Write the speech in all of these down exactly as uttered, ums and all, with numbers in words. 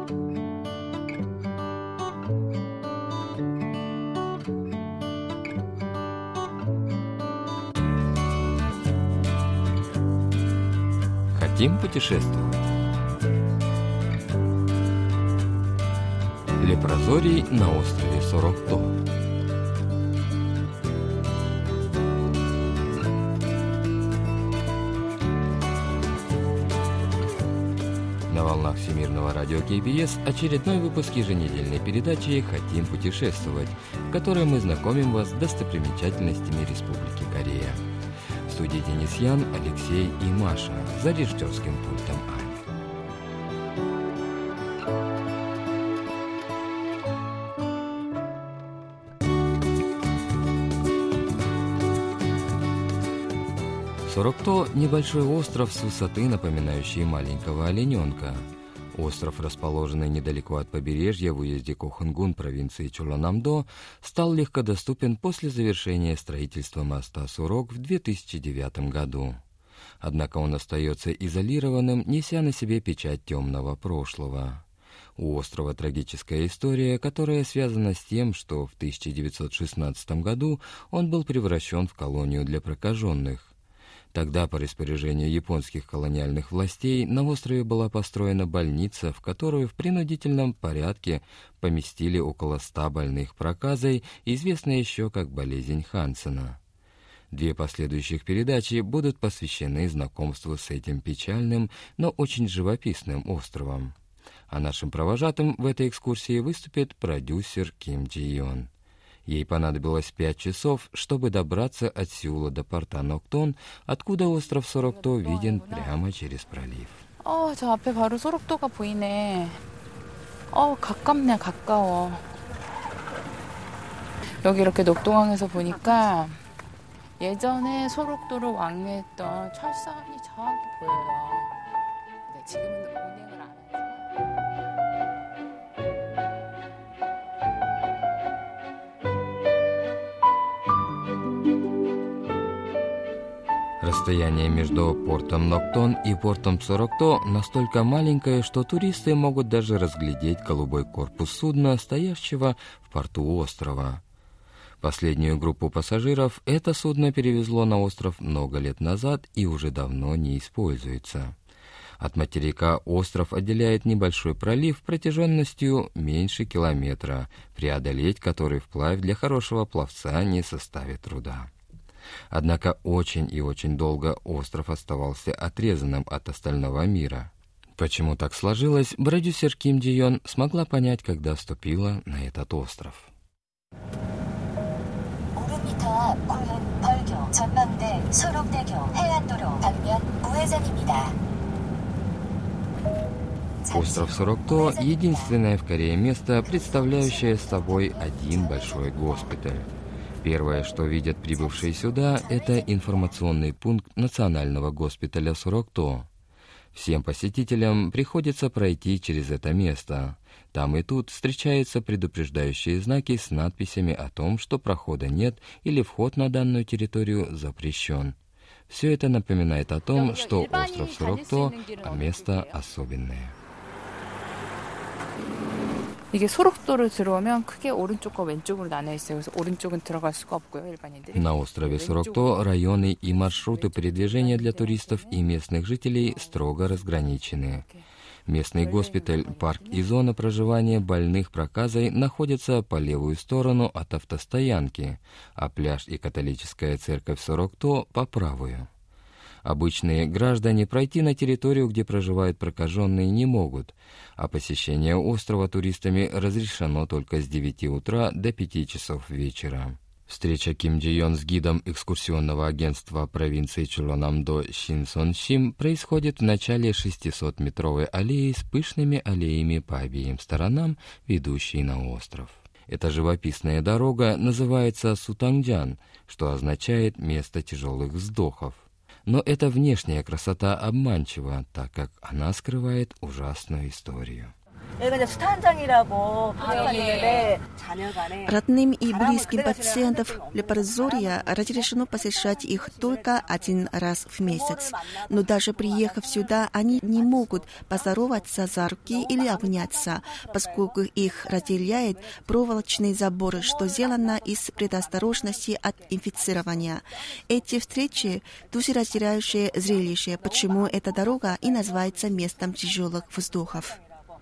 Хотим путешествовать? Лепрозорий на острове Сорокто. На волнах Всемирного радио кей би эс очередной выпуск еженедельной передачи «Хотим путешествовать», в которой мы знакомим вас с достопримечательностями Республики Корея. В студии Денис Ян, Алексей и Маша, за режиссерским пультом Аня. Сорокто – небольшой остров с высоты, напоминающий маленького олененка. Остров, расположенный недалеко от побережья в уезде Кохонгун провинции Чолонамдо, стал легкодоступен после завершения строительства моста Сурок в две тысячи девятом году. Однако он остается изолированным, неся на себе печать темного прошлого. У острова трагическая история, которая связана с тем, что в тысяча девятьсот шестнадцатом году он был превращен в колонию для прокаженных. Тогда, по распоряжению японских колониальных властей, на острове была построена больница, в которую в принудительном порядке поместили около ста больных проказой, известной еще как болезнь Хансена. Две последующих передачи будут посвящены знакомству с этим печальным, но очень живописным островом. А нашим провожатым в этой экскурсии выступит продюсер Ким Джи Йон. Ей понадобилось пять часов, чтобы добраться от Сеула до порта Ноктон, откуда остров Сорокто виден прямо через пролив. 어, 저 앞에 바로 소록도가 보이네. 어, 가깝네, 가까워. 여기 이렇게 녹동항에서 보니까 예전에 소록도를 왕래했던 철선이 저기 보여요. 근데 지금은 운행을 안 해서. Расстояние между портом Ноктон и портом Сорокто настолько маленькое, что туристы могут даже разглядеть голубой корпус судна, стоящего в порту острова. Последнюю группу пассажиров это судно перевезло на остров много лет назад и уже давно не используется. От материка остров отделяет небольшой пролив протяженностью меньше километра, преодолеть который вплавь для хорошего пловца не составит труда. Однако очень и очень долго остров оставался отрезанным от остального мира. Почему так сложилось, продюсер Ким Джи Йон смогла понять, когда вступила на этот остров. 오백 미터 앞 구문, 벌교, 전망대, 소록대교, 해안도로, 방면, 우회전입니다. Остров Сорокто – единственное в Корее место, представляющее собой один большой госпиталь. Первое, что видят прибывшие сюда, это информационный пункт национального госпиталя Сорокто. Всем посетителям приходится пройти через это место. Там и тут встречаются предупреждающие знаки с надписями о том, что прохода нет или вход на данную территорию запрещен. Все это напоминает о том, что остров Сорокто – место особенное. 이게 소록도를 들어오면 크게 오른쪽과 왼쪽으로 나눠 있어요. 그래서 오른쪽은 들어갈 수가 없고요, 일반인들이. На острове Сорокто районы и маршруты передвижения для туристов и местных жителей строго разграничены. Местный госпиталь, парк и зона проживания больных проказой находятся по левую сторону от автостоянки, а пляж и католическая церковь Сорокто по правую. Обычные граждане пройти на территорию, где проживают прокаженные, не могут, а посещение острова туристами разрешено только с девяти утра до пяти часов вечера. Встреча Ким Джи Йон с гидом экскурсионного агентства провинции Чолонамдо Шин Сон Сим происходит в начале шестисотметровой аллеи с пышными аллеями по обеим сторонам, ведущей на остров. Эта живописная дорога называется Сутангджан, что означает «место тяжелых вздохов». Но эта внешняя красота обманчива, так как она скрывает ужасную историю. Родным и близким пациентов лепрозория разрешено посещать их только один раз в месяц. Но даже приехав сюда, они не могут поздороваться за руки или обняться, поскольку их разделяет проволочный забор, что сделано из предосторожности от инфицирования. Эти встречи – душераздирающее зрелище, почему эта дорога и называется местом тяжелых вздохов.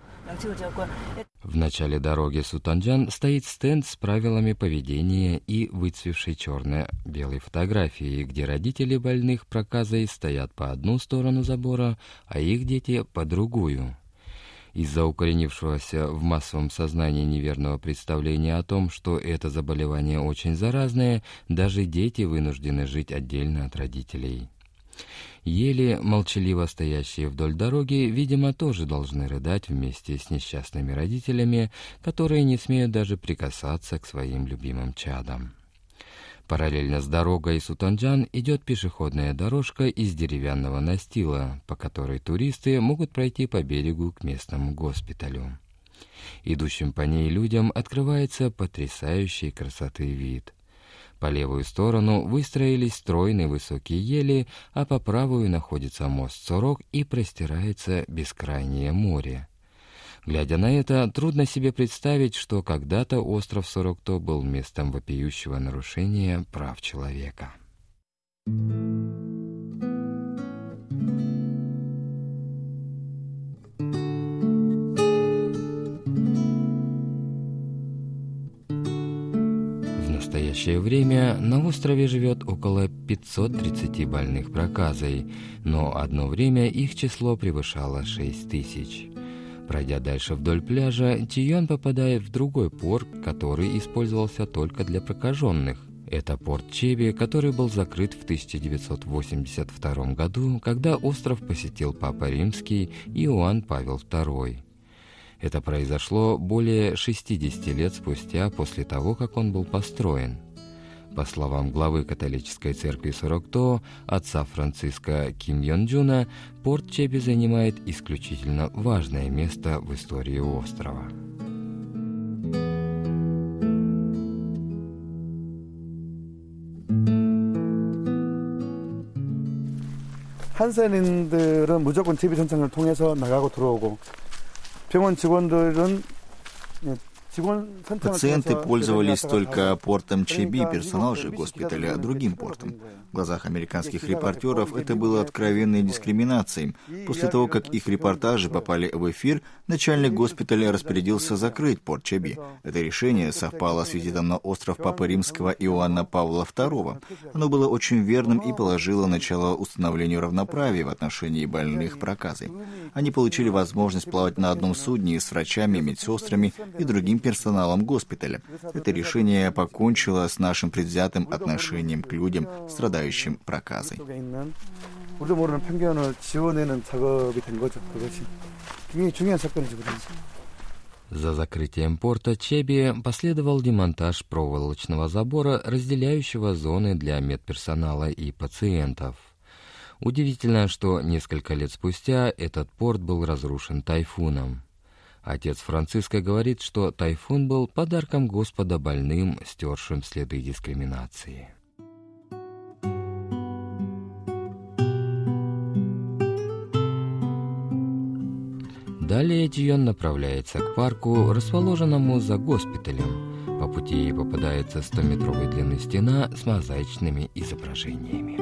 В начале дороги Сутанджан стоит стенд с правилами поведения и выцвевшей черно-белой фотографией, где родители больных проказой стоят по одну сторону забора, а их дети по другую. Из-за укоренившегося в массовом сознании неверного представления о том, что это заболевание очень заразное, даже дети вынуждены жить отдельно от родителей. Ели, молчаливо стоящие вдоль дороги, видимо, тоже должны рыдать вместе с несчастными родителями, которые не смеют даже прикасаться к своим любимым чадам. Параллельно с дорогой Сутанджан идет пешеходная дорожка из деревянного настила, по которой туристы могут пройти по берегу к местному госпиталю. Идущим по ней людям открывается потрясающей красоты вид. По левую сторону выстроились стройные высокие ели, а по правую находится мост Сорок и простирается бескрайнее море. Глядя на это, трудно себе представить, что когда-то остров Сорокто был местом вопиющего нарушения прав человека. В настоящее время на острове живет около пятьсот тридцать больных проказой, но одно время их число превышало шесть тысяч. Пройдя дальше вдоль пляжа, Чийон попадает в другой порт, который использовался только для прокаженных. Это порт Чеби, который был закрыт в тысяча девятьсот восемьдесят втором году, когда остров посетил Папа Римский Иоанн Павел второй. Это произошло более шестидесяти лет спустя после того, как он был построен. По словам главы католической церкви Сорокто, отца Франциска Ким Йон-джуна, порт Чеби занимает исключительно важное место в истории острова. 한센인들은 무조건 제비 선창을 통해서 나가고 들어오고 병원 직원들은 Пациенты пользовались только портом Чеби, персонал же госпиталя другим портом. В глазах американских репортеров это было откровенной дискриминацией. После того, как их репортажи попали в эфир, начальник госпиталя распорядился закрыть порт Чеби. Это решение совпало с визитом на остров Папы Римского Иоанна Павла второго. Оно было очень верным и положило начало установлению равноправия в отношении больных проказой. Они получили возможность плавать на одном судне с врачами, медсестрами и другим персоналом госпиталя. Это решение покончило с нашим предвзятым отношением к людям, страдающим проказой. За закрытием порта Чеби последовал демонтаж проволочного забора, разделяющего зоны для медперсонала и пациентов. Удивительно, что несколько лет спустя этот порт был разрушен тайфуном. Отец Франциско говорит, что тайфун был подарком Господа больным, стершим следы дискриминации. Далее Чийон направляется к парку, расположенному за госпиталем. По пути ей попадается стометровой длины стена с мозаичными изображениями.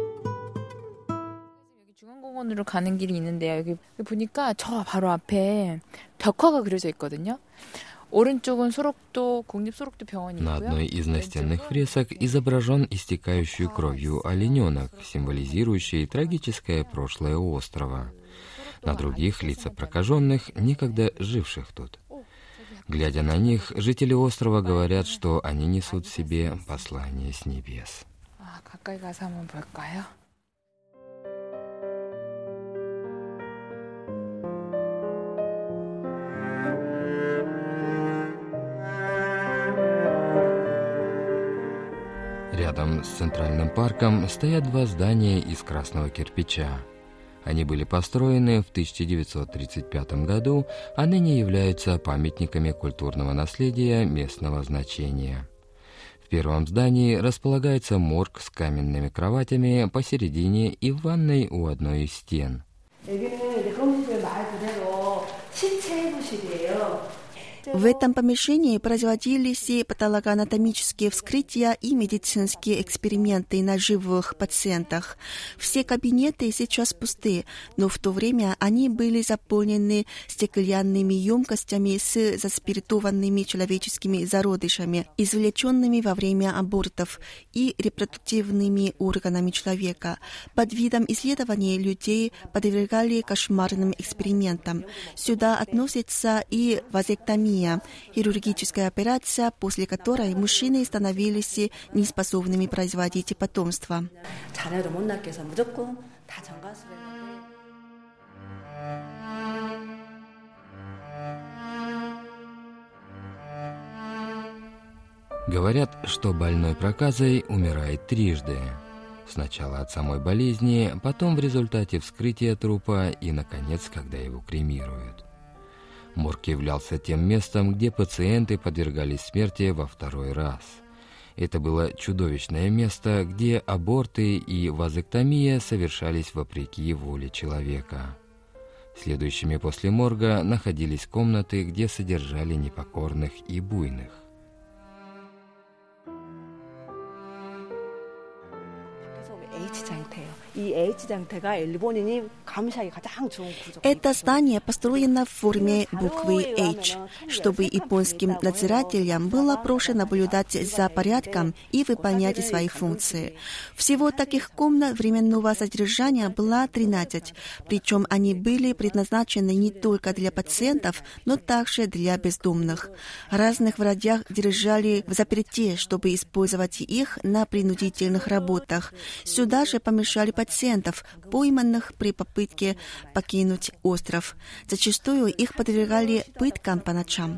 으로 가는 길이 있는데요. 여기 보니까 저 바로 앞에 벽화가 그려져 있거든요. 오른쪽은 소록도 국립 소록도 병원이고요. На одной из настенных фресок изображен истекающий кровью олененок, символизирующий трагическое прошлое острова. На других лица прокаженных, некогда живших тут. Глядя на них, жители острова говорят, что они несут в себе послание с небес. 아, 가까이 가서 한번 볼까요? Рядом с центральным парком стоят два здания из красного кирпича. Они были построены в тысяча девятьсот тридцать пятом году, а ныне являются памятниками культурного наследия местного значения. В первом здании располагается морг с каменными кроватями посередине и ванной у одной из стен. В этом помещении производились и патологоанатомические вскрытия и медицинские эксперименты на живых пациентах. Все кабинеты сейчас пусты, но в то время они были заполнены стеклянными емкостями с заспиртованными человеческими зародышами, извлеченными во время абортов, и репродуктивными органами человека. Под видом исследований людей подвергали кошмарным экспериментам. Сюда относится и вазэктомия, хирургическая операция, после которой мужчины становились неспособными производить потомство. Говорят, что больной проказой умирает трижды. Сначала от самой болезни, потом в результате вскрытия трупа и, наконец, когда его кремируют. Морг являлся тем местом, где пациенты подвергались смерти во второй раз. Это было чудовищное место, где аборты и вазэктомия совершались вопреки воле человека. Следующими после морга находились комнаты, где содержали непокорных и буйных. Это здание построено в форме буквы H, чтобы японским надзирателям было проще наблюдать за порядком и выполнять свои функции. Всего таких комнат временного содержания было тринадцать, причем они были предназначены не только для пациентов, но также для бездомных. Разных врачей держали в заперти, чтобы использовать их на принудительных работах. Сюда же помещали пациентов, пойманных при попытке покинуть остров. Зачастую их подвергали пыткам по ночам.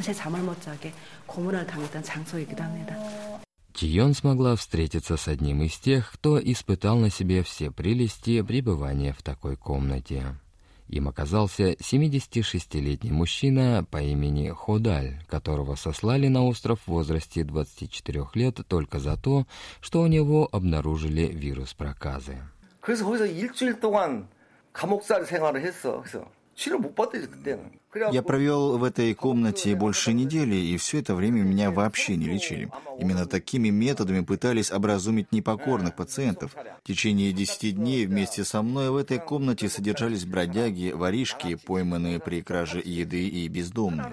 Чион смогла встретиться с одним из тех, кто испытал на себе все прелести пребывания в такой комнате. Им оказался семидесятишестилетний мужчина по имени Ходаль, которого сослали на остров в возрасте двадцати четырёх лет только за то, что у него обнаружили вирус проказы. Я провел в этой комнате больше недели, и все это время меня вообще не лечили. Именно такими методами пытались образумить непокорных пациентов. В течение десяти дней вместе со мной в этой комнате содержались бродяги, воришки, пойманные при краже еды и бездомные.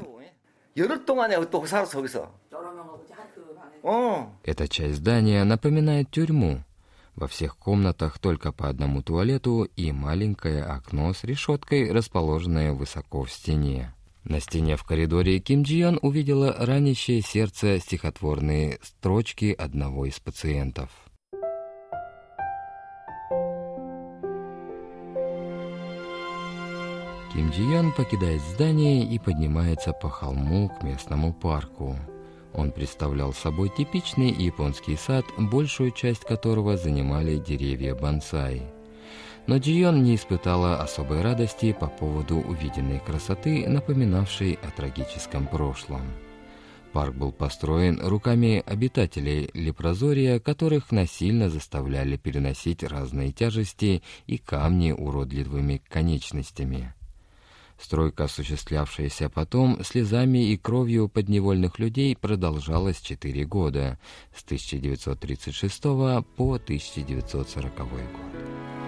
Эта часть здания напоминает тюрьму. Во всех комнатах только по одному туалету и маленькое окно с решеткой, расположенное высоко в стене. На стене в коридоре Ким Джи-йон увидела ранящее сердце стихотворные строчки одного из пациентов. Ким Джи-йон покидает здание и поднимается по холму к местному парку. Он представлял собой типичный японский сад, большую часть которого занимали деревья бонсай. Но Джи-йон не испытала особой радости по поводу увиденной красоты, напоминавшей о трагическом прошлом. Парк был построен руками обитателей Лепрозория, которых насильно заставляли переносить разные тяжести и камни уродливыми конечностями. Стройка, осуществлявшаяся потом слезами и кровью подневольных людей, продолжалась четыре года, с тысяча девятьсот тридцать шестого по тысяча девятьсот сороковой год.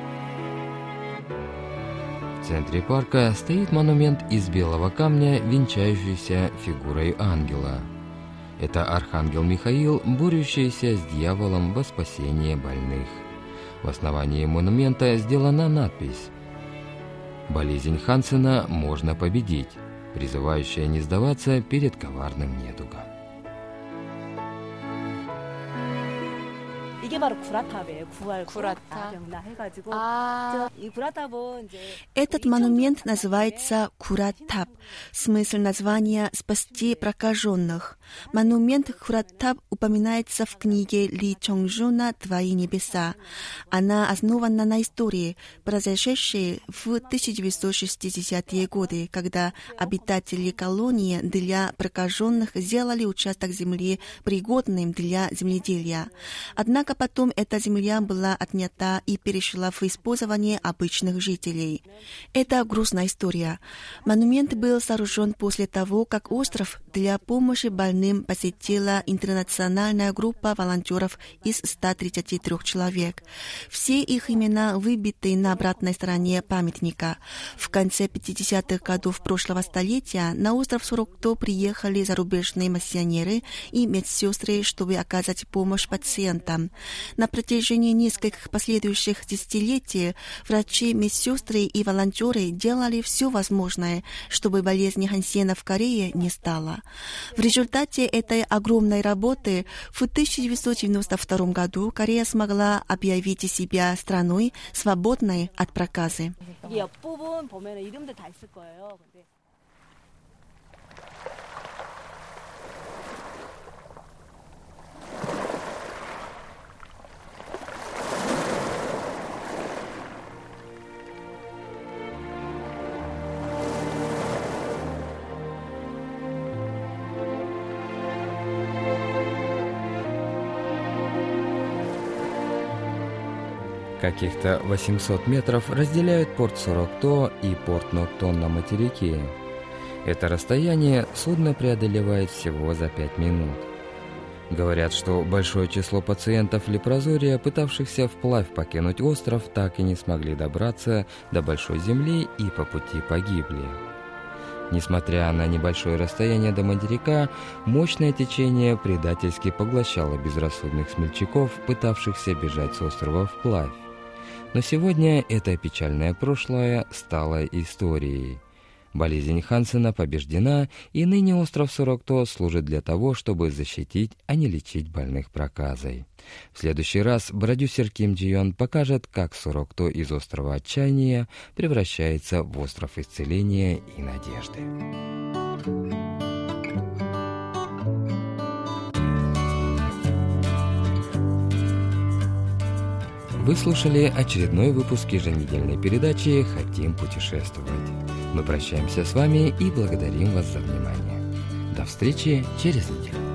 В центре парка стоит монумент из белого камня, венчающийся фигурой ангела. Это архангел Михаил, борющийся с дьяволом во спасение больных. В основании монумента сделана надпись: «Болезнь Хансена можно победить», призывающая не сдаваться перед коварным недугом. Этот монумент называется Кураттап. Смысл названия «Спасти прокаженных». Монумент Кураттап упоминается в книге Ли Чонgjuna «Твои небеса». Она основана на истории, произошедшей в тысяча девятьсот шестидесятые годы, когда обитатели колонии для прокаженных сделали участок земли пригодным для земледелия. Однако потом эта земля была отнята и перешла в использование обычных жителей. Это грустная история. Монумент был сооружен после того, как остров для помощи больным посетила интернациональная группа волонтеров из ста тридцати трёх человек. Все их имена выбиты на обратной стороне памятника. В конце пятидесятых годов прошлого столетия на остров Сорокто приехали зарубежные миссионеры и медсестры, чтобы оказать помощь пациентам. На протяжении нескольких последующих десятилетий врачи, медсестры и волонтеры делали все возможное, чтобы болезни Хан Сена в Корее не стало. В результате этой огромной работы в тысяча девятьсот девяносто втором году Корея смогла объявить себя страной, свободной от проказы. Каких-то восемьсот метров разделяют порт Сорокто и порт Ноктон на материке. Это расстояние судно преодолевает всего за пять минут. Говорят, что большое число пациентов лепрозория, пытавшихся вплавь покинуть остров, так и не смогли добраться до Большой Земли и по пути погибли. Несмотря на небольшое расстояние до материка, мощное течение предательски поглощало безрассудных смельчаков, пытавшихся бежать с острова вплавь. Но сегодня это печальное прошлое стало историей. Болезнь Хансена побеждена, и ныне остров Сорокто служит для того, чтобы защитить, а не лечить больных проказой. В следующий раз продюсер Ким Джи Йон покажет, как Сорокто из острова отчаяния превращается в остров исцеления и надежды. Вы слушали очередной выпуск еженедельной передачи «Хотим путешествовать». Мы прощаемся с вами и благодарим вас за внимание. До встречи через неделю.